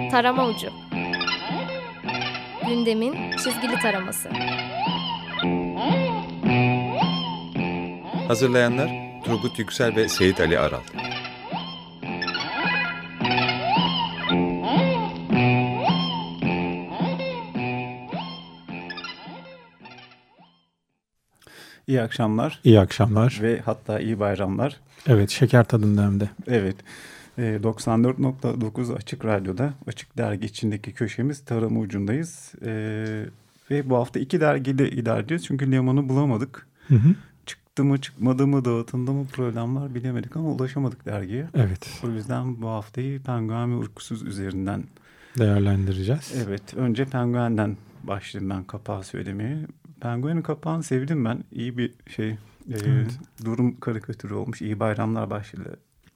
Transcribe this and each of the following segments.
Tarama Ucu. Gündemin çizgili taraması. Hazırlayanlar Turgut Yüksel ve Seyit Ali Aral. İyi akşamlar. İyi akşamlar. Ve hatta iyi bayramlar. Evet, şeker tadında hem de. Evet. 94.9 Açık Radyo'da Açık Dergi içindeki köşemiz Tarama Ucu'ndayız. Ve bu hafta 2 dergiyle idare ediyoruz. Çünkü Leman'ı bulamadık. Hı hı. Çıktı mı çıkmadı mı, dağıtımda mı problem var bilemedik ama ulaşamadık dergiye. Evet. O yüzden bu haftayı Penguen ve Uykusuz üzerinden değerlendireceğiz. Evet. Önce Penguen'den başlayayım ben kapağı söylemeye. Penguen'in kapağını sevdim ben. İyi bir şey. Evet. Durum karikatürü olmuş. İyi bayramlar başlığı.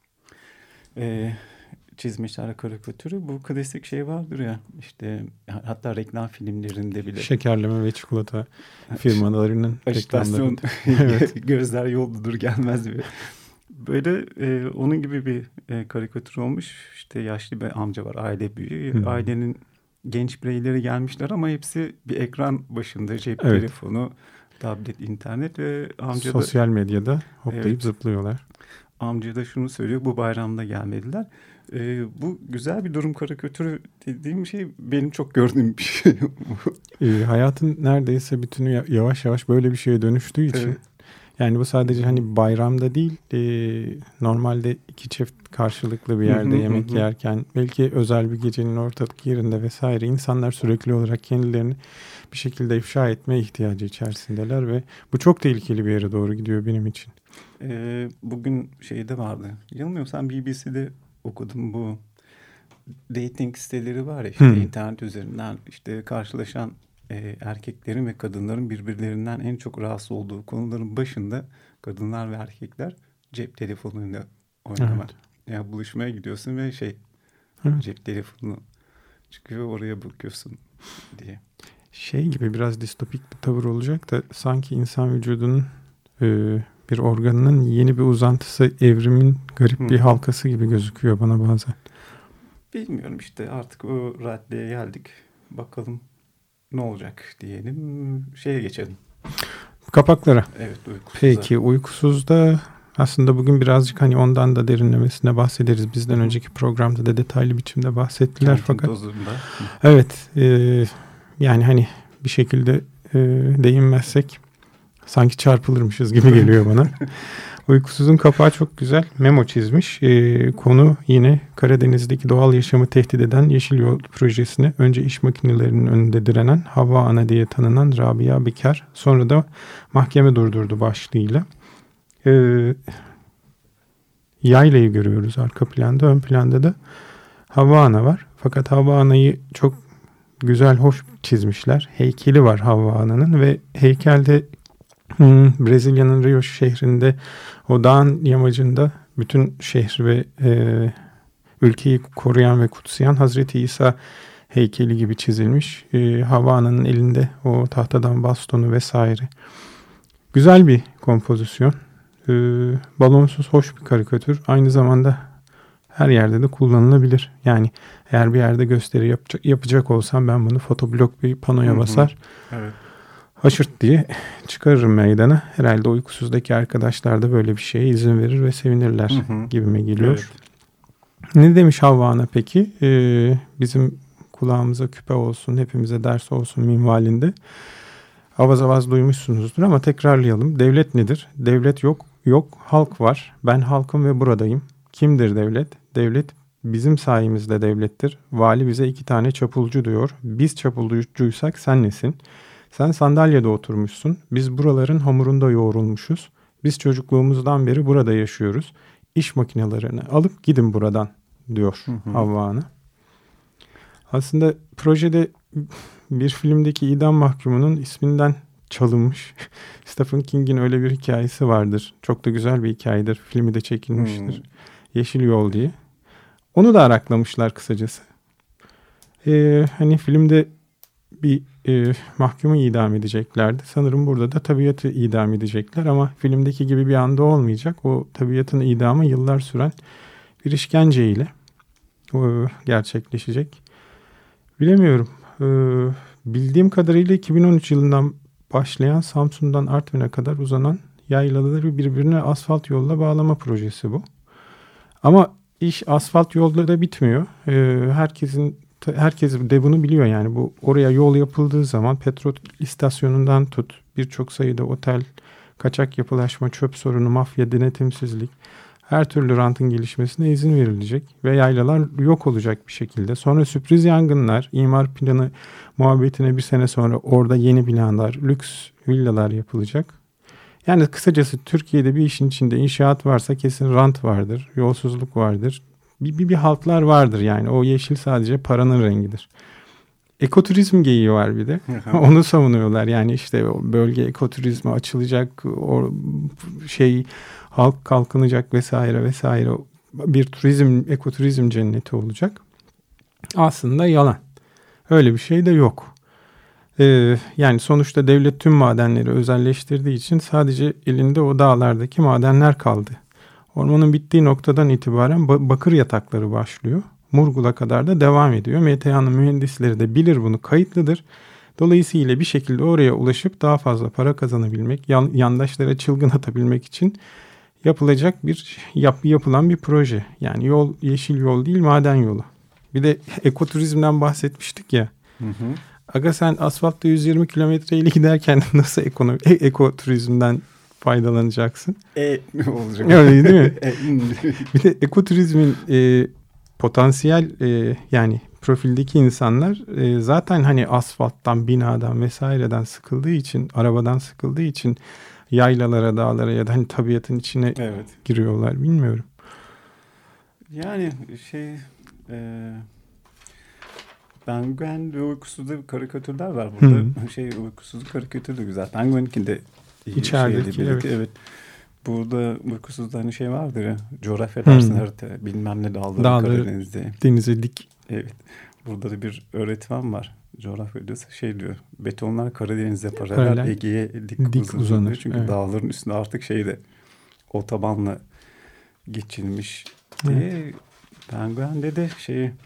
Çizmişler karikatürü. Bu klasik şey vardır ya. İşte hatta reklam filmlerinde bile. Şekerleme ve çikolata firmalarının reklamları. Evet. Gözler yoldadır gelmez bir. Böyle onun gibi bir karikatür olmuş. İşte yaşlı bir amca var. Aile büyüğü. Ailenin genç bireyleri gelmişler ama hepsi bir ekran başında. Cep telefonu, tablet, internet ve amca sosyal medyada hoplayıp zıplıyorlar. Amca da şunu söylüyor. Bu bayramda gelmediler. Bu güzel bir durum karikatürü dediğim şey benim çok gördüğüm bir şey. Hayatın neredeyse bütünü yavaş yavaş böyle bir şeye dönüştüğü için. Evet. Yani bu sadece hani bayramda değil, normalde iki çift karşılıklı bir yerde yemek yerken, belki özel bir gecenin ortalık yerinde vesaire insanlar sürekli olarak kendilerini bir şekilde ifşa etme ihtiyacı içerisindeler ve bu çok tehlikeli bir yere doğru gidiyor benim için. Bugün şeyde vardı, yanılmıyorsam BBC'de okudum, bu dating siteleri var ya, işte internet üzerinden işte karşılaşan erkeklerin ve kadınların birbirlerinden en çok rahatsız olduğu konuların başında kadınlar ve erkekler cep telefonuyla oynamak. Evet. Yani buluşmaya gidiyorsun ve cep telefonu çıkıyor, oraya bakıyorsun diye. Şey gibi biraz distopik bir tavır olacak da sanki insan vücudunun bir organının yeni bir uzantısı, evrimin garip bir halkası gibi gözüküyor bana bazen. Bilmiyorum, işte artık o raddeye geldik. Bakalım ne olacak diyelim. Şeye geçelim. Kapaklara. Evet, Uykusuz'a. Peki, Uykusuz'da aslında bugün birazcık hani ondan da derinlemesine bahsederiz. Bizden önceki programda da detaylı biçimde bahsettiler. Kentin fakat tozunda. Evet. Yani hani bir şekilde değinmezsek sanki çarpılırmışız gibi geliyor bana. Uykusuz'un kapağı çok güzel. Memo çizmiş. Konu yine Karadeniz'deki doğal yaşamı tehdit eden Yeşil Yol projesine önce iş makinelerinin önünde direnen Havva Ana diye tanınan Rabia Biker, sonra da mahkeme durdurdu başlığıyla. Yaylayı görüyoruz arka planda. Ön planda da Havva Ana var. Fakat Havva Ana'yı çok güzel, hoş çizmişler. Heykeli var Havva Ana'nın ve heykelde Brezilya'nın Rio şehrinde o dağın yamacında bütün şehri ve ülkeyi koruyan ve kutsayan Hazreti İsa heykeli gibi çizilmiş. Havva Ana'nın elinde o tahtadan bastonu vesaire. Güzel bir kompozisyon. Balonsuz hoş bir karikatür. Aynı zamanda her yerde de kullanılabilir. Yani eğer bir yerde gösteri yapacak olsam ben bunu fotoblok bir panoya basar. Evet. Haşırt diye çıkarırım meydana. Herhalde Uykusuz'daki arkadaşlar da böyle bir şeye izin verir ve sevinirler gibime geliyor. Evet. Ne demiş Havva Ana peki? Bizim kulağımıza küpe olsun, hepimize ders olsun minvalinde. Avaz avaz duymuşsunuzdur ama tekrarlayalım. Devlet nedir? Devlet yok, halk var. Ben halkım ve buradayım. Kimdir devlet? Devlet bizim sayemizde devlettir. Vali bize 2 tane çapulcu diyor. Biz çapulcuysak sen nesin? Sen sandalyede oturmuşsun. Biz buraların hamurunda yoğrulmuşuz. Biz çocukluğumuzdan beri burada yaşıyoruz. İş makinelerini alıp gidin buradan diyor Havva Ana. Aslında projede bir filmdeki idam mahkumunun isminden çalınmış. Stephen King'in öyle bir hikayesi vardır. Çok da güzel bir hikayedir. Filmi de çekilmiştir. Yeşil Yol diye. Onu da araklamışlar kısacası. Hani filmde bir mahkumu idam edeceklerdi. Sanırım burada da tabiatı idam edecekler ama filmdeki gibi bir anda olmayacak. O tabiatın idamı yıllar süren bir işkenceyle gerçekleşecek. Bilemiyorum. Bildiğim kadarıyla 2013 yılından başlayan Samsun'dan Artvin'e kadar uzanan yaylaları birbirine asfalt yolla bağlama projesi bu. Ama iş asfalt yolda da bitmiyor. Herkes de bunu biliyor yani. Bu oraya yol yapıldığı zaman petrol istasyonundan tut birçok sayıda otel, kaçak yapılaşma, çöp sorunu, mafya, denetimsizlik, her türlü rantın gelişmesine izin verilecek ve yaylalar yok olacak bir şekilde. Sonra sürpriz yangınlar, imar planı muhabbetine bir sene sonra orada yeni binalar, lüks villalar yapılacak. Yani kısacası Türkiye'de bir işin içinde inşaat varsa kesin rant vardır, yolsuzluk vardır. Bir haltlar vardır yani. O yeşil sadece paranın rengidir. Ekoturizm geyiği var bir de. Onu savunuyorlar. Yani işte o bölge ekoturizme açılacak, o halk kalkınacak vesaire vesaire. Bir ekoturizm cenneti olacak. Aslında yalan. Öyle bir şey de yok. Yani sonuçta devlet tüm madenleri özelleştirdiği için sadece elinde o dağlardaki madenler kaldı. Ormanın bittiği noktadan itibaren bakır yatakları başlıyor. Murgul'a kadar da devam ediyor. MTA'nın mühendisleri de bilir bunu, kayıtlıdır. Dolayısıyla bir şekilde oraya ulaşıp daha fazla para kazanabilmek, yandaşlara çılgın atabilmek için yapılan bir proje. Yani yol yeşil yol değil, maden yolu. Bir de ekoturizmden bahsetmiştik ya. Hı hı. Aga sen asfaltta 120 kilometre ile giderken nasıl ekoturizmden faydalanacaksın? Olacak. Öyle değil mi? Bir de ekoturizmin potansiyel yani profildeki insanlar zaten hani asfalttan, binadan vesaireden sıkıldığı için, arabadan sıkıldığı için yaylalara, dağlara ya da hani tabiatın içine giriyorlar. Bilmiyorum. Yani Penguen ve uykusuzda karikatürler var burada. Uykusuzluk karikatürü de güzel. Penguen'inki de İçerideki, evet. Burada uykusuzda hani şey vardır ya. Coğrafya dersinde harita. Bilmem ne dağları Karadeniz'de. Denize dik. Evet. Burada da bir öğretmen var. Coğrafya diyorsa diyor. Betonlar Karadeniz'e paralel, Ege'ye dik uzanır. Çünkü dağların üstünde artık otobanla geçilmiş diye. Penguen'de de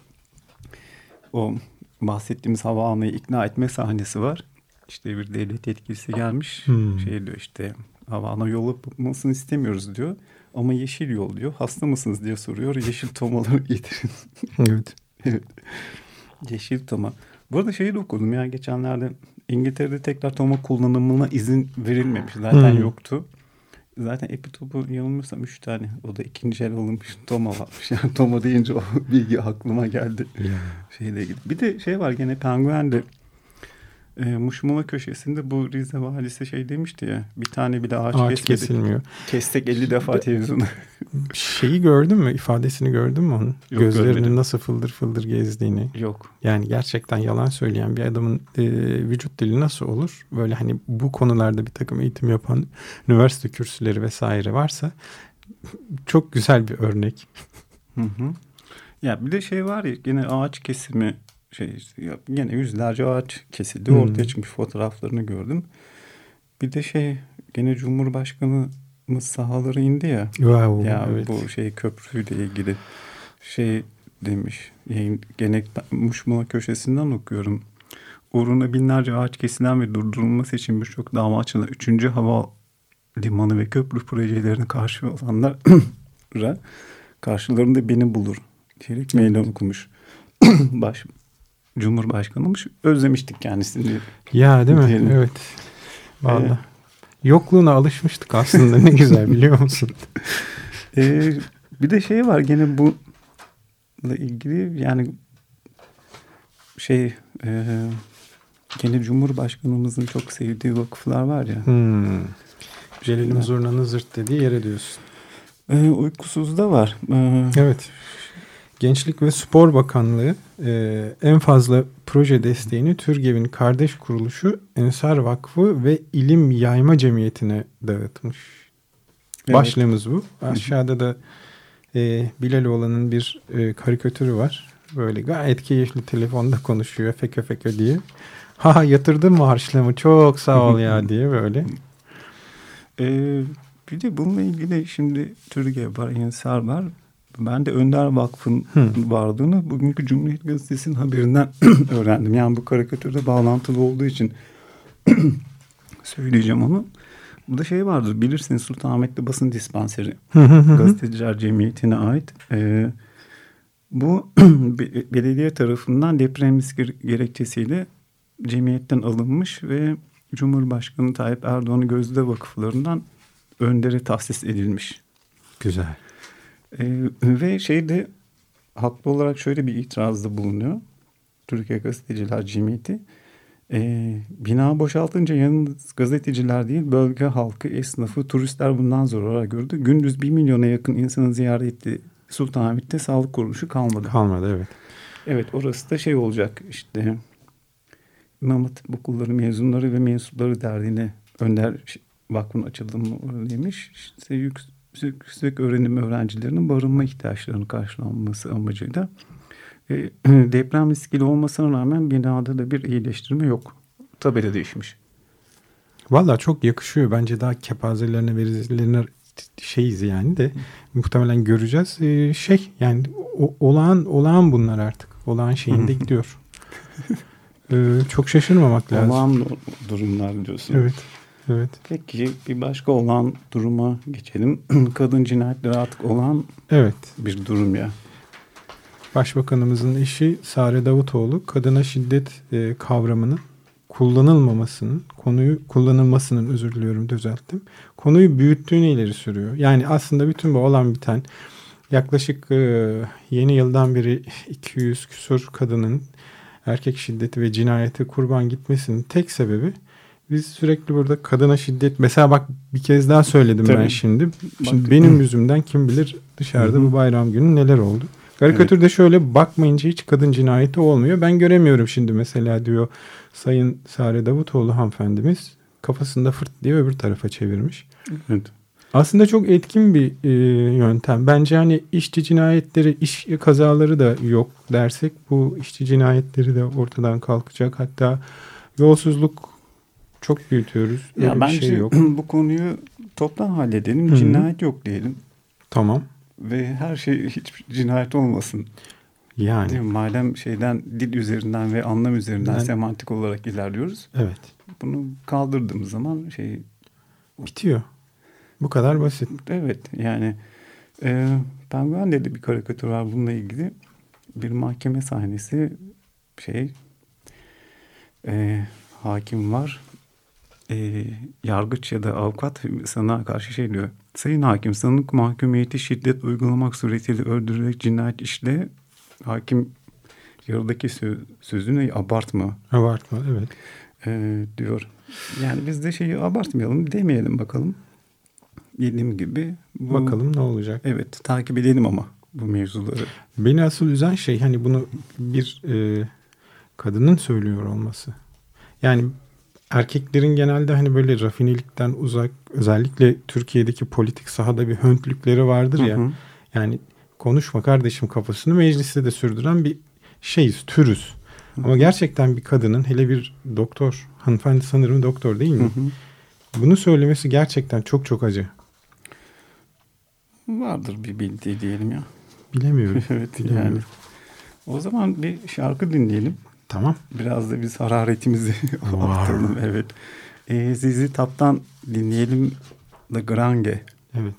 o bahsettiğimiz Havvana'yı ikna etme sahnesi var. İşte bir devlet yetkilisi gelmiş. Diyor işte Havvana yol yapılmasını istemiyoruz diyor. Ama yeşil yol diyor. Hasta mısınız diye soruyor. Yeşil tomaları getirin. Evet. Evet. Yeşil toma. Bu arada de okudum ya geçenlerde. İngiltere'de tekrar toma kullanımına izin verilmemiş. Zaten yoktu. Zaten epitopu yanılmıyorsam 3 tane. O da ikinci el alınmış toma varmış. Yani toma deyince o bilgi aklıma geldi. Bir de var gene Penguen'de Muşmula köşesinde bu Rize valisi demişti ya. Bir tane bile ağaç kesilmiyor. Kestek 50 defa televizyonu. Gördün mü? İfadesini gördün mü onun? Yok, gözlerinin görmedim. Nasıl fıldır fıldır gezdiğini. Yok. Yani gerçekten yalan söyleyen bir adamın vücut dili nasıl olur? Böyle hani bu konularda bir takım eğitim yapan üniversite kürsüleri vesaire varsa çok güzel bir örnek. Hı. Ya bir de var ya gene ağaç kesimi gene yüzlerce ağaç kesildi. Ortaya çıkmış fotoğraflarını gördüm. Bir de gene Cumhurbaşkanımız sahalara indi ya. Wow, ya evet. Bu köprüyle ilgili demiş. Gene Muşmula köşesinden okuyorum. Uğruna binlerce ağaç kesilen ve durdurulması için birçok dava açılan 3. hava limanı ve köprü projelerini karşı olanlar karşılarında beni bulur diyerek meydan okumuş. Cumhurbaşkanıymış. Özlemiştik kendisini. Ya değil mi? Diyelim. Evet. Vallahi. Yokluğuna alışmıştık aslında. Ne güzel biliyor musun? Bir de var gene bununla ilgili yani gene Cumhurbaşkanımızın çok sevdiği vakıflar var ya. Celil'in zurnanın zırt dediği yere diyorsun. Uykusuzda var. Evet. Gençlik ve Spor Bakanlığı en fazla proje desteğini TÜRGEV'in kardeş kuruluşu Ensar Vakfı ve İlim Yayma Cemiyeti'ne dağıtmış. Evet. Başlığımız bu. Aşağıda da Bilaloğlu'nun bir karikatürü var. Böyle gayet keyifli telefonda konuşuyor feke diye. Ha yatırdın mı harçlığımı çok sağ ol ya diye böyle. Bir de bununla ilgili şimdi TÜRGEV var, Ensar var. Ben de Önder Vakfı'nın vardığını bugünkü Cumhuriyet Gazetesi'nin haberinden öğrendim. Yani bu karikatürde bağlantılı olduğu için söyleyeceğim onu. Bu da şey vardır, bilirsiniz, Sultanahmet'te basın dispanseri Gazeteciler Cemiyeti'ne ait. Bu belediye tarafından deprem riski gerekçesiyle cemiyetten alınmış ve Cumhurbaşkanı Tayyip Erdoğan'ın gözde vakıflarından Önder'e tahsis edilmiş. Güzel. Ve şeyde haklı olarak şöyle bir itirazda bulunuyor Türkiye Gazeteciler Cemiyeti. Bina boşaltınca yalnız gazeteciler değil, bölge halkı, esnafı, turistler bundan zarar gördü. Gündüz 1 milyona yakın insanın ziyaret ettiği Sultanahmet'te sağlık kuruluşu kalmadı. Kalmadı, evet. Evet, orası da şey olacak işte, İmam Hatip okulları mezunları ve mensupları derdiğine Önder Vakfı'nın açıldığını demiş. İşte yüksek öğrenim öğrencilerinin barınma ihtiyaçlarının karşılanması amacıyla. Deprem riskli olmasına rağmen binada da bir iyileştirme yok. Tabela değişmiş. Vallahi çok yakışıyor. Bence daha kepazelerine, verilerine şeyiz yani de muhtemelen göreceğiz. Yani olağan bunlar artık. Olağan şeyinde gidiyor. Çok şaşırmamak lazım. Olağan durumlar diyorsun. Evet. Evet. Peki bir başka olağan duruma geçelim. Kadın cinayetleri artık olağan bir durum ya. Başbakanımızın eşi Sare Davutoğlu kadına şiddet kavramının kullanılmasının düzelttim. Konuyu büyüttüğünü ileri sürüyor. Yani aslında bütün bu olan biten yaklaşık yeni yıldan beri 200 küsur kadının erkek şiddeti ve cinayete kurban gitmesinin tek sebebi biz sürekli burada kadına şiddet, mesela bak bir kez daha söyledim. Tabii. Ben şimdi benim yüzümden kim bilir dışarıda bu bayram günü neler oldu. Karikatürde şöyle bakmayınca hiç kadın cinayeti olmuyor. Ben göremiyorum şimdi mesela diyor Sayın Sare Davutoğlu hanımefendimiz, kafasında fırt diye öbür tarafa çevirmiş. Evet. Aslında çok etkin bir yöntem. Bence hani işçi cinayetleri, iş kazaları da yok dersek bu işçi cinayetleri de ortadan kalkacak. Hatta yolsuzluk çok büyütüyoruz. Ya öyle bence bir şey yok. Bu konuyu toptan halledelim. Cinayet yok diyelim. Tamam. Ve her şey hiçbir cinayet olmasın. Yani. Değil mi? Madem dil üzerinden ve anlam üzerinden semantik olarak ilerliyoruz. Evet. Bunu kaldırdığımız zaman bitiyor. Bu kadar basit. Evet. Yani Penguen'de de bir karikatür var bununla ilgili. Bir mahkeme sahnesi hakim var. Yargıç ya da avukat sana karşı diyor. Sayın hakim, sanık mahkumiyeti şiddet uygulamak suretiyle öldürerek cinayet işle. Hakim yarıdaki sözünü abartma. Abartma, evet. Diyor. Yani biz de abartmayalım, demeyelim bakalım. Dediğim gibi. Bakalım ne olacak. Evet, takip edelim ama bu mevzuları. Beni asıl üzen şey hani bunu bir kadının söylüyor olması. Yani erkeklerin genelde hani böyle rafinelikten uzak, özellikle Türkiye'deki politik sahada bir höntlükleri vardır ya. Hı hı. Yani konuşma kardeşim kafasını mecliste de sürdüren bir türüz. Hı hı. Ama gerçekten bir kadının, hele bir doktor, hanımefendi sanırım doktor değil mi? Hı hı. Bunu söylemesi gerçekten çok çok acı. Vardır bir bildiği diyelim ya. Bilemiyorum. Evet, bilemiyorum. Yani. O zaman bir şarkı dinleyelim. Tamam. Biraz da biz hararetimizi arttıralım. Evet. ZZ Top'tan dinleyelim The Grange. Evet.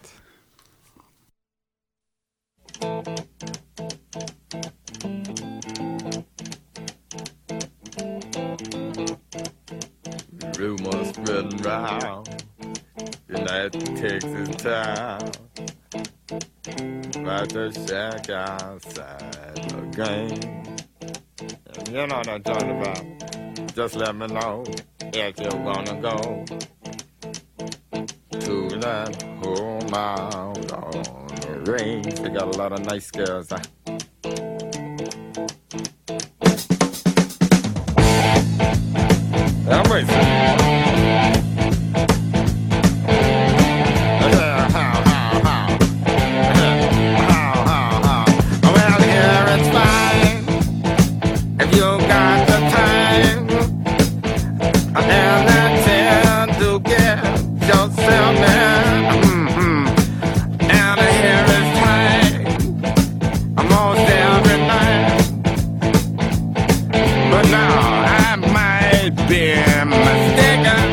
Rumors spreading round United Texas town about the shack outside the game. You know what I'm talking about. Just let me know if you're gonna go to that home out on the range. They got a lot of nice girls. almost every night. But now I might be mistaken.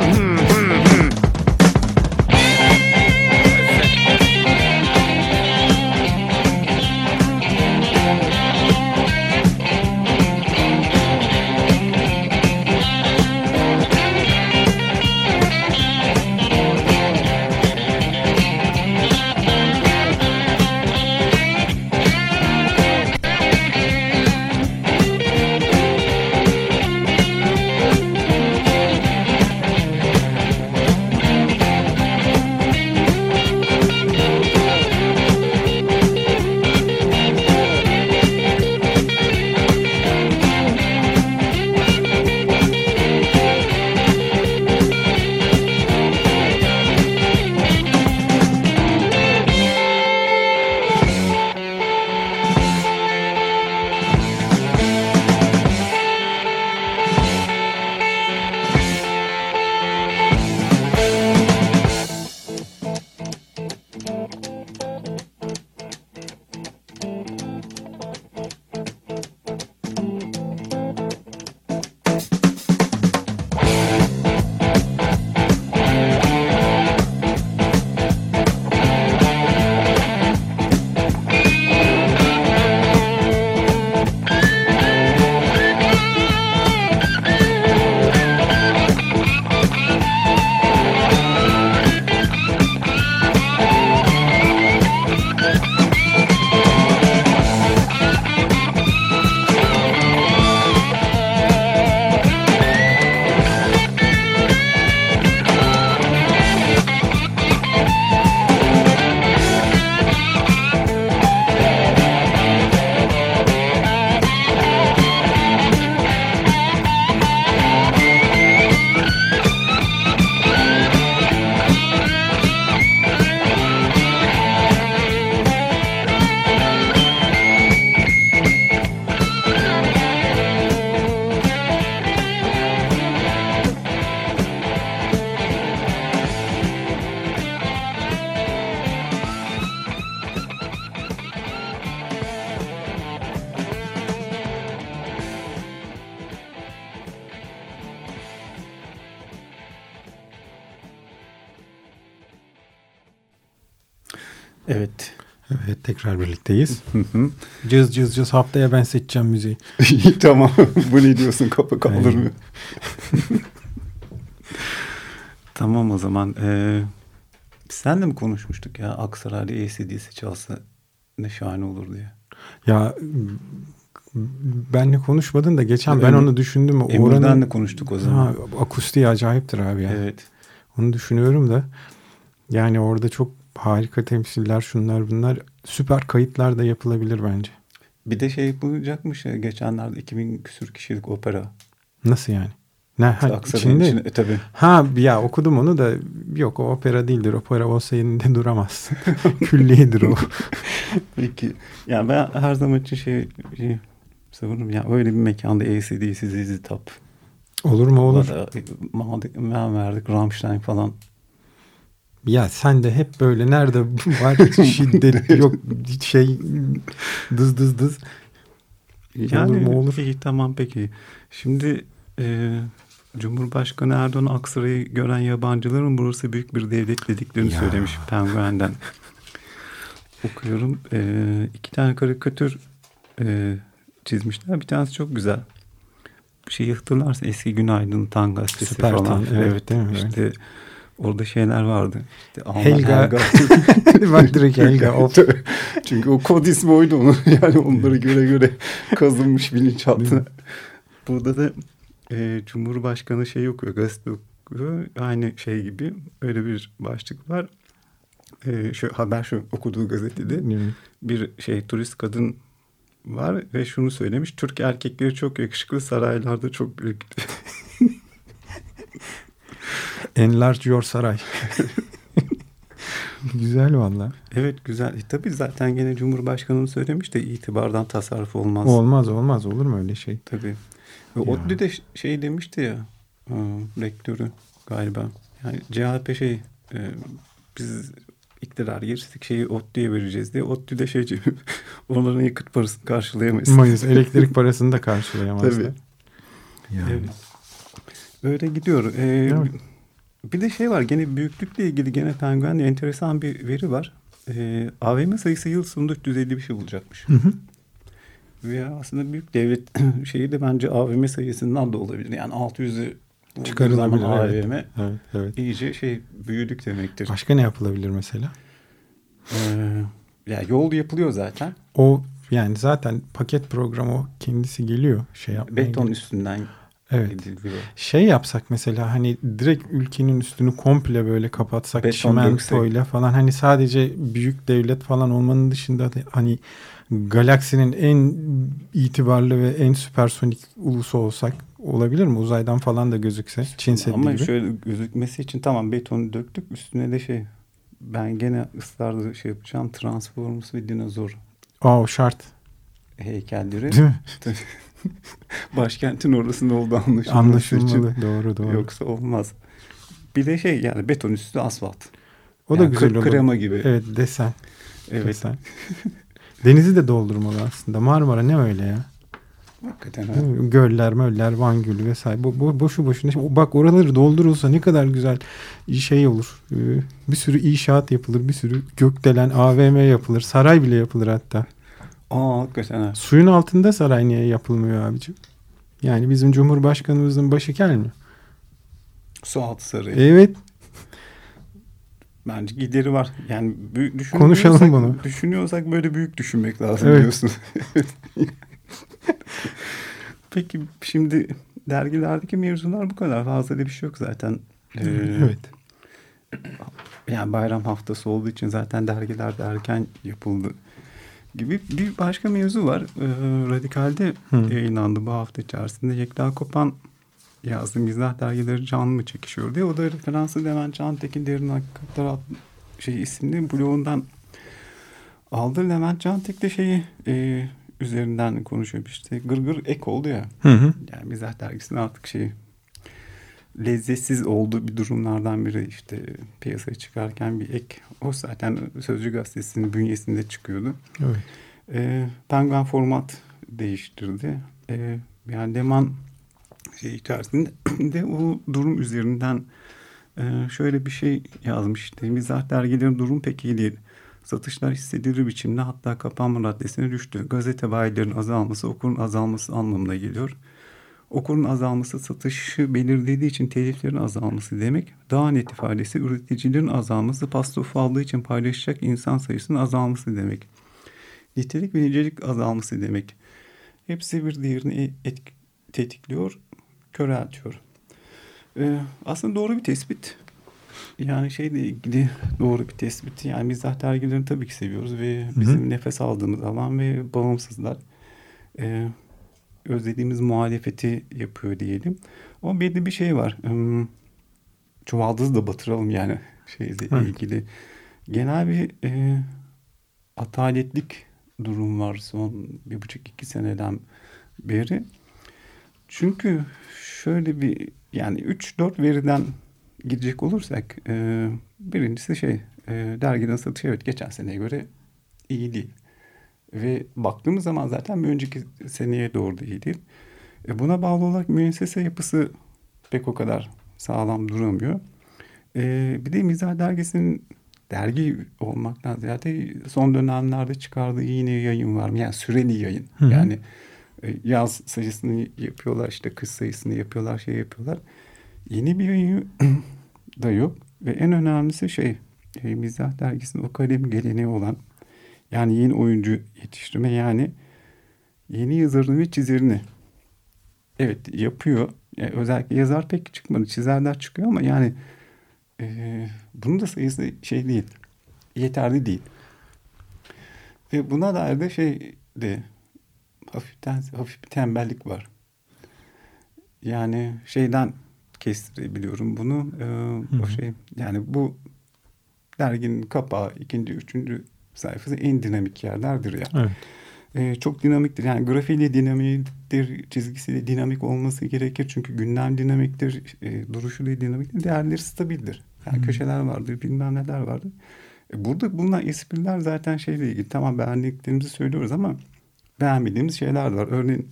Evet. Evet, tekrar birlikteyiz. Cız cız cız, haftaya ben seçeceğim müziği. Tamam. Bu ne diyorsun, kapı kaldırmıyor. Tamam o zaman. Senle mi konuşmuştuk ya, Aksaray'da AC/DC çalsa ne şahane olur diye. Ya benle konuşmadın da geçen ben onu düşündüm. Emir'den de konuştuk o zaman. Akustiği acayiptir abi ya. Evet. Onu düşünüyorum da yani orada çok harika temsiller, şunlar bunlar, süper kayıtlar da yapılabilir bence. Bir de şey yapılacakmış ya geçenlerde, 2000 küsür kişilik opera. Nasıl yani? Ne içinde? Tabii. Ha ya, okudum onu da, yok o opera değildir. Opera olsa yerinde duramaz. Külliyedir o. Peki. Yani ben her zaman için şey savunurum ya, öyle bir mekanda AC/DC, ZZ Top. Olur mu, olur. Ben verdik, Rammstein falan. Ya sen de hep böyle nerede var şiddet, yok şey, dız dız dız. Yani olur mu, olur. İyi, tamam peki. Şimdi Cumhurbaşkanı Erdoğan Aksaray'ı gören yabancıların burası büyük bir devlet dediklerini söylemiş Penguen'den. Okuyorum. 2 tane karikatür çizmişler. Bir tanesi çok güzel. Şeyi hatırlarsın, eski Günaydın Tan gazetesi Süper falan. Tan, evet değil mi? İşte orada şeyler vardı. İşte Helga. Bak direkt Helga. Çünkü o kod ismi oydu onun. Yani onları göre kazınmış bilinçaltına. Burada da Cumhurbaşkanı şey okuyor, gazete okuyor. Aynı şey gibi öyle bir başlık var. Şu okuduğu gazetede bir turist kadın var ve şunu söylemiş: Türk erkekleri çok yakışıklı, saraylarda çok büyük. Enlarge your saray. Güzel valla. Evet, güzel. Tabii zaten gene Cumhurbaşkanı'nın söylemiş de itibardan tasarruf olmaz. Olmaz olur mu öyle şey? Tabii. Ve ODTÜ de şey demişti ya, rektörü galiba. Yani CHP biz iktidar gelirsek şeyi ODTÜ'ye vereceğiz diye. ODTÜ de onların yakıt parasını karşılayamayız. Mayıs elektrik parasını da karşılayamazlar. Tabii. Yani. Evet. Öyle gidiyor. Bir de şey var, gene büyüklükle ilgili gene Penguen'de enteresan bir veri var. AVM sayısı yıl sonunda 350 şey bulacakmış. Hı hı. Ve aslında büyük devlet şeyi de bence AVM sayısından da olabilir. Yani 600'ü Çıkarılabilir. AVM Evet. iyice büyüdük demektir. Başka ne yapılabilir mesela? Ya yol yapılıyor zaten. O yani zaten paket programı o kendisi geliyor. Beton üstünden evet. gidiliyor. Şey yapsak mesela hani direkt ülkenin üstünü komple böyle kapatsak Beton çimentoyla falan, hani sadece büyük devlet falan olmanın dışında da hani galaksinin en itibarlı ve en süpersonik ulusu olsak olabilir mi? Uzaydan falan da gözükse. Çin Seddi Ama gibi. şöyle gözükmesi için tamam betonu döktük, üstüne de ben gene ısrarla yapacağım, Transformers ve dinozor O şart. heykelleri. Değil mi? Başkentin orasında olduğu Anlaşılmalı. için. Doğru. Yoksa olmaz. Bir de yani beton üstü asfalt. O da güzel olur. Krema gibi. Evet, desen. Evet. Desen. Denizi de doldurmalı aslında. Marmara ne öyle ya? Hakikaten. Göller, möller, Van Gölü vesaire. Boşu boşuna. Şimdi bak oraları doldurulsa ne kadar güzel şey olur. Bir sürü inşaat yapılır. Bir sürü gökdelen AVM yapılır. Saray bile yapılır hatta. Hakikaten. Suyun altında saray niye yapılmıyor abicim? Yani bizim Cumhurbaşkanımızın başı kel mi? Su altı sarayı. Evet. Bence gideri var. Yani Konuşalım bunu. Düşünüyorsak böyle büyük düşünmek lazım, evet. Diyorsun. Peki şimdi dergilerdeki mevzular bu kadar. Fazla da bir şey yok zaten. Evet. Yani bayram haftası olduğu için zaten dergilerde erken yapıldı gibi. Bir başka mevzu var. Radikal'de yayınlandı bu hafta içerisinde. Yekta Kopan yazdı. Mizah dergileri canlı mı çekişiyor diye. O da referansı Levent Cantekin Derin Hakikatler adlı isimli blogundan aldı. Levent Cantek de üzerinden konuşuyor. İşte gırgır ek oldu ya. Hı. Yani Mizah dergisinin artık lezzetsiz olduğu bir durumlardan biri, işte piyasaya çıkarken bir ek. O zaten Sözcü Gazetesi'nin bünyesinde çıkıyordu. Evet. Penguin format değiştirdi. Yani Leman içerisinde o durum üzerinden şöyle bir şey yazmıştı. Mizah dergilerin durum pek iyi değil. Satışlar hissedilir biçimde, hatta kapanma raddesine düştü. Gazete bayilerin azalması okurun azalması anlamına geliyor. Okurun azalması satışı belirlediği için teliflerin azalması demek. Daha net ifadesi üreticilerin azalması pasta ufaldığı için paylaşacak insan sayısının azalması demek. Nitelik ve nicelik azalması demek. Hepsi bir diğerini tetikliyor, köreltiyor. Aslında doğru bir tespit. Yani ilgili doğru bir tespit. Yani mizah dergilerini tabii ki seviyoruz ve bizim nefes aldığımız alan ve bağımsızlar. Özlediğimiz muhalefeti yapıyor diyelim. Ama belli bir şey var. Çuvaldızı da batıralım yani ilgili. Genel bir ataletlik durum var son 1,5-2 seneden beri. Çünkü şöyle bir 3-4 veriden gidecek olursak birincisi derginin satışı evet geçen seneye göre iyi değil. Ve baktığımız zaman zaten bir önceki seneye doğru da iyi değil. Buna bağlı olarak müessese yapısı pek o kadar sağlam duramıyor. Bir de Mizah dergisinin dergi olmaktan ziyade son dönemlerde çıkardığı yine yayın var mı? Yani süreli yayın. Hı-hı. Yani yaz sayısını yapıyorlar, işte kış sayısını yapıyorlar, yapıyorlar. Yeni bir yayın da yok. Ve en önemlisi Mizah dergisinin o kalem geleneği olan, yani yeni oyuncu yetiştirme, yani yeni yazarını ve çizerini evet yapıyor. Yani özellikle yazar pek çıkmadı. Çizerler çıkıyor ama bunun da sayısı değil. Yeterli değil. Ve buna dair de hafif bir tembellik var. Yani kestirebiliyorum bunu. Yani bu derginin kapağı 2. 3. sayfası en dinamik yerlerdir ya. Evet. Çok dinamiktir. Yani grafiğiyle dinamiktir, çizgisiyle dinamik olması gerekir. Çünkü gündem dinamiktir, duruşuyla dinamiktir. Değerleri stabildir. Yani köşeler vardır, bilmem neler vardır. Burada bulunan espriler zaten şeyle ilgili. Tamam, beğendiklerimizi söylüyoruz ama beğenmediğimiz şeyler de var. Örneğin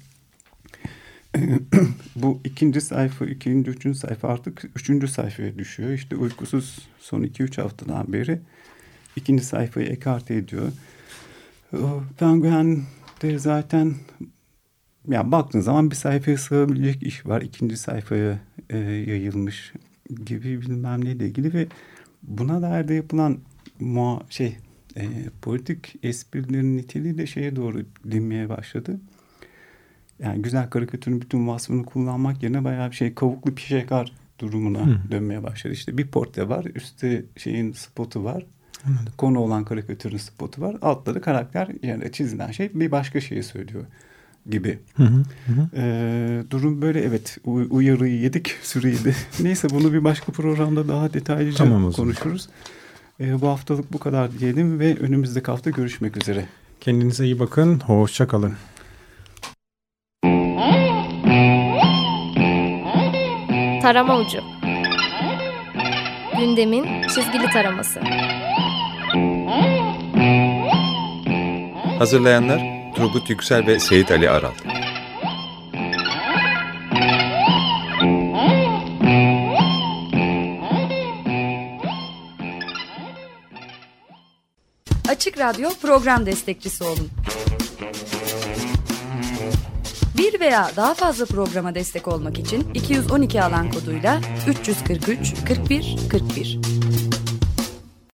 bu ikinci sayfa, üçüncü sayfa artık üçüncü sayfaya düşüyor. İşte uykusuz son 2-3 haftadan beri ikinci sayfayı ekarte ediyor. Penguin de zaten ya baktığın zaman bir sayfaya sığabilecek iş var. İkinci sayfaya yayılmış gibi bilmem neyle ilgili ve buna dair de yapılan politik esprilerin niteliği de şeye doğru dinmeye başladı. Yani güzel karikatürün bütün vasfını kullanmak yerine bayağı bir kavuklu pişekar durumuna dönmeye başladı. İşte bir portre var, üstte spotu var. Anladım. Konu olan karikatürün spotu var. Altta da karakter yani çizilen şey bir başka şeyi söylüyor gibi. Durum böyle, evet. Uyarıyı yedik, süreyi de. Neyse, bunu bir başka programda daha detaylıca konuşuruz. Bu haftalık bu kadar diyelim ve önümüzdeki hafta görüşmek üzere. Kendinize iyi bakın. Hoşça kalın. Tarama Ucu. Gündemin çizgili taraması. Hazırlayanlar Turgut Yüksel ve Seyit Ali Aral. Açık Radyo program destekçisi olun. Bir veya daha fazla programa destek olmak için 212 alan koduyla 343 41 41